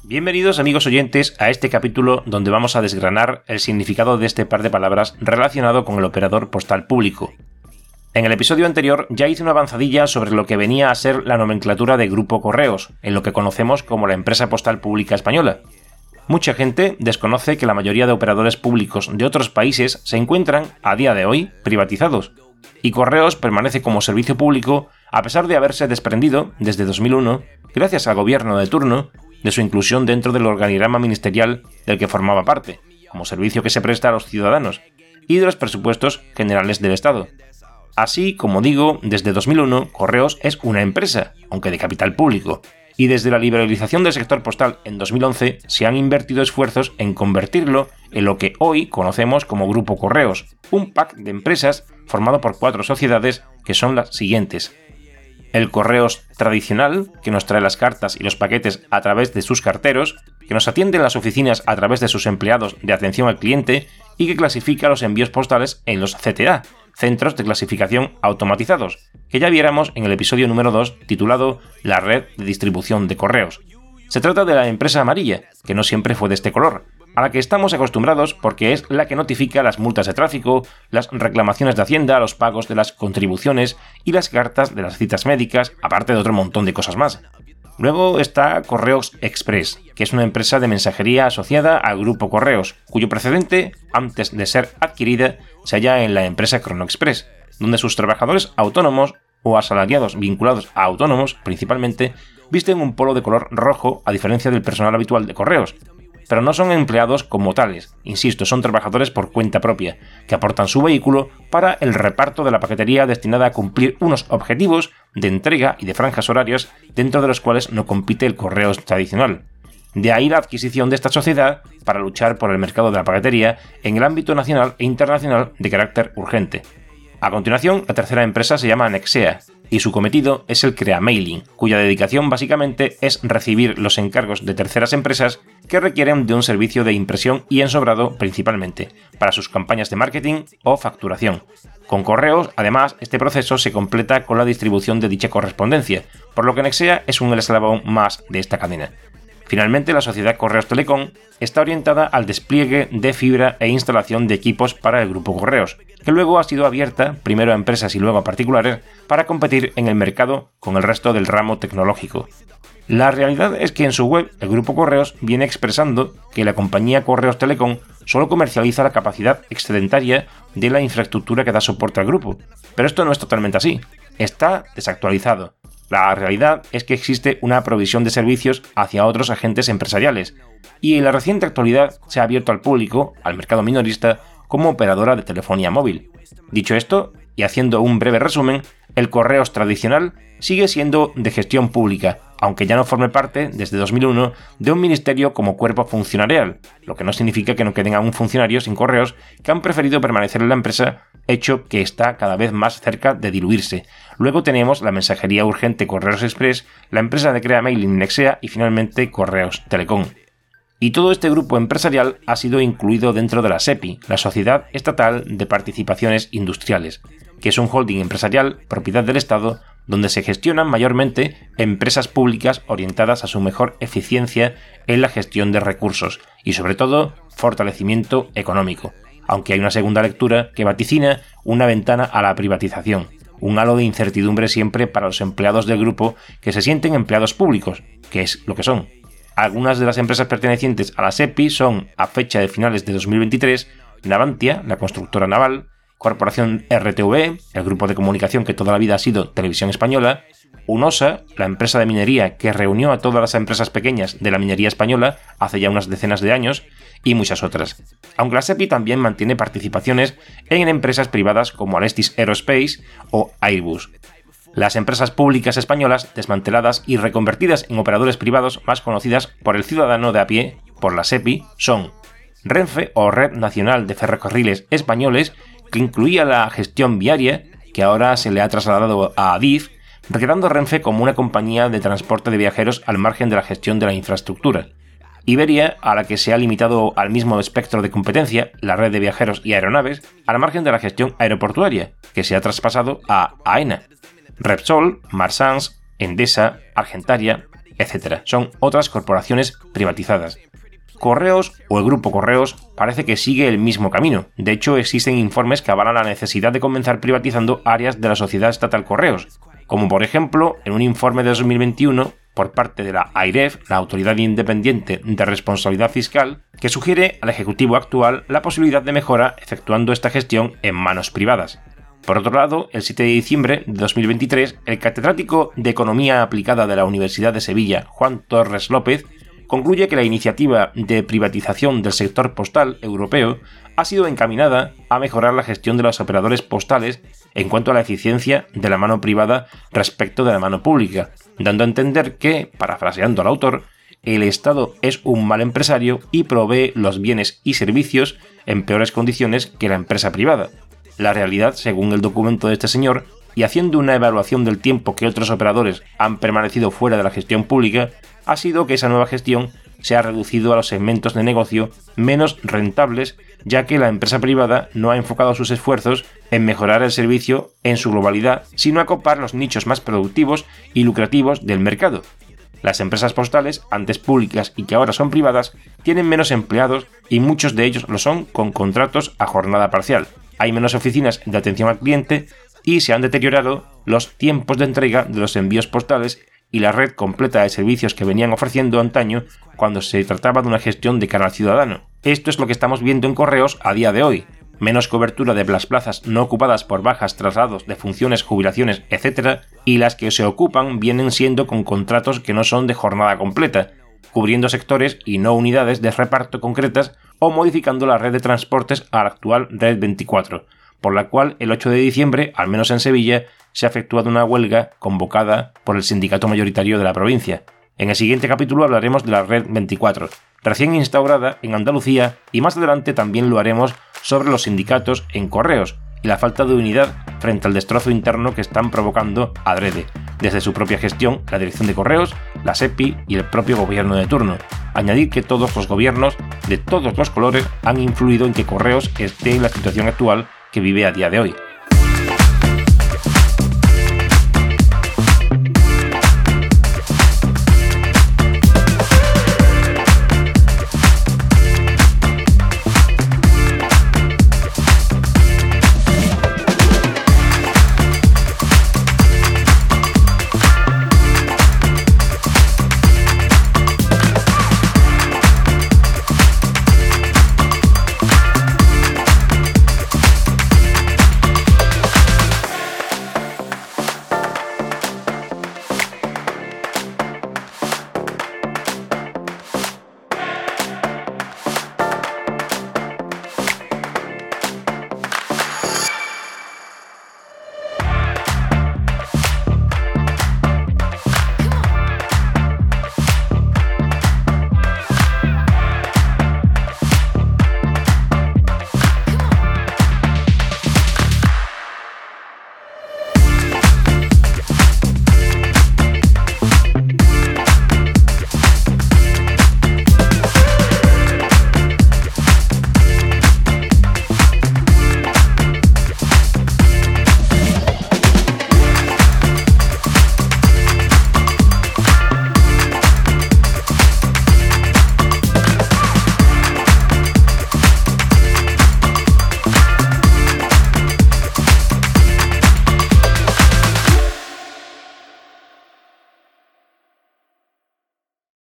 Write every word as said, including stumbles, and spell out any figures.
Bienvenidos amigos oyentes a este capítulo donde vamos a desgranar el significado de este par de palabras relacionado con el operador postal público. En el episodio anterior ya hice una avanzadilla sobre lo que venía a ser la nomenclatura de Grupo Correos, en lo que conocemos como la empresa postal pública española. Mucha gente desconoce que la mayoría de operadores públicos de otros países se encuentran, a día de hoy, privatizados, y Correos permanece como servicio público a pesar de haberse desprendido, desde dos mil uno, gracias al gobierno de turno, de su inclusión dentro del organigrama ministerial del que formaba parte, como servicio que se presta a los ciudadanos, y de los presupuestos generales del Estado. Así, como digo, desde dos mil uno, Correos es una empresa, aunque de capital público, y desde la liberalización del sector postal en dos mil once se han invertido esfuerzos en convertirlo en lo que hoy conocemos como Grupo Correos, un pack de empresas formado por cuatro sociedades que son las siguientes. El Correos tradicional, que nos trae las cartas y los paquetes a través de sus carteros, que nos atiende en las oficinas a través de sus empleados de atención al cliente y que clasifica los envíos postales en los C T A, Centros de Clasificación Automatizados, que ya viéramos en el episodio número dos titulado La Red de Distribución de Correos. Se trata de la empresa amarilla, que no siempre fue de este color, a la que estamos acostumbrados porque es la que notifica las multas de tráfico, las reclamaciones de Hacienda, los pagos de las contribuciones y las cartas de las citas médicas, aparte de otro montón de cosas más. Luego está Correos Express, que es una empresa de mensajería asociada al Grupo Correos, cuyo precedente, antes de ser adquirida, se halla en la empresa Cronoexpress, donde sus trabajadores autónomos o asalariados vinculados a autónomos, principalmente, visten un polo de color rojo a diferencia del personal habitual de Correos. Pero no son empleados como tales, insisto, son trabajadores por cuenta propia, que aportan su vehículo para el reparto de la paquetería destinada a cumplir unos objetivos de entrega y de franjas horarias dentro de los cuales no compite el Correos tradicional. De ahí la adquisición de esta sociedad para luchar por el mercado de la paquetería en el ámbito nacional e internacional de carácter urgente. A continuación, la tercera empresa se llama Nexea, y su cometido es el CreaMailing, cuya dedicación básicamente es recibir los encargos de terceras empresas que requieren de un servicio de impresión y ensobrado principalmente, para sus campañas de marketing o facturación. Con Correos, además, este proceso se completa con la distribución de dicha correspondencia, por lo que Nexea es un eslabón más de esta cadena. Finalmente, la sociedad Correos Telecom está orientada al despliegue de fibra e instalación de equipos para el Grupo Correos, que luego ha sido abierta, primero a empresas y luego a particulares, para competir en el mercado con el resto del ramo tecnológico. La realidad es que en su web, el Grupo Correos viene expresando que la compañía Correos Telecom solo comercializa la capacidad excedentaria de la infraestructura que da soporte al grupo, pero esto no es totalmente así, está desactualizado. La realidad es que existe una provisión de servicios hacia otros agentes empresariales, y en la reciente actualidad se ha abierto al público, al mercado minorista, como operadora de telefonía móvil. Dicho esto, y haciendo un breve resumen, el Correos tradicional sigue siendo de gestión pública, aunque ya no forme parte, desde dos mil uno, de un ministerio como cuerpo funcionarial, lo que no significa que no queden aún funcionarios sin Correos que han preferido permanecer en la empresa, hecho que está cada vez más cerca de diluirse. Luego tenemos la mensajería urgente Correos Express, la empresa de CreaMailing Nexea y finalmente Correos Telecom. Y todo este grupo empresarial ha sido incluido dentro de la SEPI, la Sociedad Estatal de Participaciones Industriales, que es un holding empresarial, propiedad del Estado, donde se gestionan mayormente empresas públicas orientadas a su mejor eficiencia en la gestión de recursos y, sobre todo, fortalecimiento económico, aunque hay una segunda lectura que vaticina una ventana a la privatización, un halo de incertidumbre siempre para los empleados del grupo que se sienten empleados públicos, que es lo que son. Algunas de las empresas pertenecientes a la SEPI son, a fecha de finales de dos mil veintitrés, Navantia, la constructora naval, Corporación R T V, el grupo de comunicación que toda la vida ha sido Televisión Española, Unosa, la empresa de minería que reunió a todas las empresas pequeñas de la minería española hace ya unas decenas de años, y muchas otras. Aunque la SEPI también mantiene participaciones en empresas privadas como Alestis Aerospace o Airbus. Las empresas públicas españolas desmanteladas y reconvertidas en operadores privados más conocidas por el ciudadano de a pie, por la SEPI, son Renfe o Red Nacional de Ferrocarriles Españoles, que incluía la gestión viaria, que ahora se le ha trasladado a Adif, quedando Renfe como una compañía de transporte de viajeros al margen de la gestión de la infraestructura. Iberia, a la que se ha limitado al mismo espectro de competencia, la red de viajeros y aeronaves, al margen de la gestión aeroportuaria, que se ha traspasado a AENA. Repsol, Marsans, Endesa, Argentaria, etcétera. Son otras corporaciones privatizadas. Correos o el Grupo Correos parece que sigue el mismo camino. De hecho, existen informes que avalan la necesidad de comenzar privatizando áreas de la sociedad estatal Correos, como por ejemplo en un informe de dos mil veintiuno por parte de la AIREF, la Autoridad Independiente de Responsabilidad Fiscal, que sugiere al Ejecutivo actual la posibilidad de mejora efectuando esta gestión en manos privadas. Por otro lado, el siete de diciembre de dos mil veintitrés, el catedrático de Economía Aplicada de la Universidad de Sevilla, Juan Torres López, concluye que la iniciativa de privatización del sector postal europeo ha sido encaminada a mejorar la gestión de los operadores postales en cuanto a la eficiencia de la mano privada respecto de la mano pública, dando a entender que, parafraseando al autor, el Estado es un mal empresario y provee los bienes y servicios en peores condiciones que la empresa privada. La realidad, según el documento de este señor, y haciendo una evaluación del tiempo que otros operadores han permanecido fuera de la gestión pública, ha sido que esa nueva gestión se ha reducido a los segmentos de negocio menos rentables, ya que la empresa privada no ha enfocado sus esfuerzos en mejorar el servicio en su globalidad, sino a copar los nichos más productivos y lucrativos del mercado. Las empresas postales, antes públicas y que ahora son privadas, tienen menos empleados y muchos de ellos lo son con contratos a jornada parcial. Hay menos oficinas de atención al cliente y se han deteriorado los tiempos de entrega de los envíos postales y la red completa de servicios que venían ofreciendo antaño cuando se trataba de una gestión de cara al ciudadano. Esto es lo que estamos viendo en Correos a día de hoy. Menos cobertura de las plazas no ocupadas por bajas, traslados de funciones, jubilaciones, etcétera, y las que se ocupan vienen siendo con contratos que no son de jornada completa, cubriendo sectores y no unidades de reparto concretas o modificando la red de transportes a la actual Red veinticuatro, por la cual el ocho de diciembre, al menos en Sevilla, se ha efectuado una huelga convocada por el sindicato mayoritario de la provincia. En el siguiente capítulo hablaremos de la Red veinticuatro, recién instaurada en Andalucía, y más adelante también lo haremos sobre los sindicatos en Correos y la falta de unidad frente al destrozo interno que están provocando adrede, desde su propia gestión, la Dirección de Correos, la SEPI y el propio gobierno de turno. Añadir que todos los gobiernos, de todos los colores, han influido en que Correos esté en la situación actual que vive a día de hoy.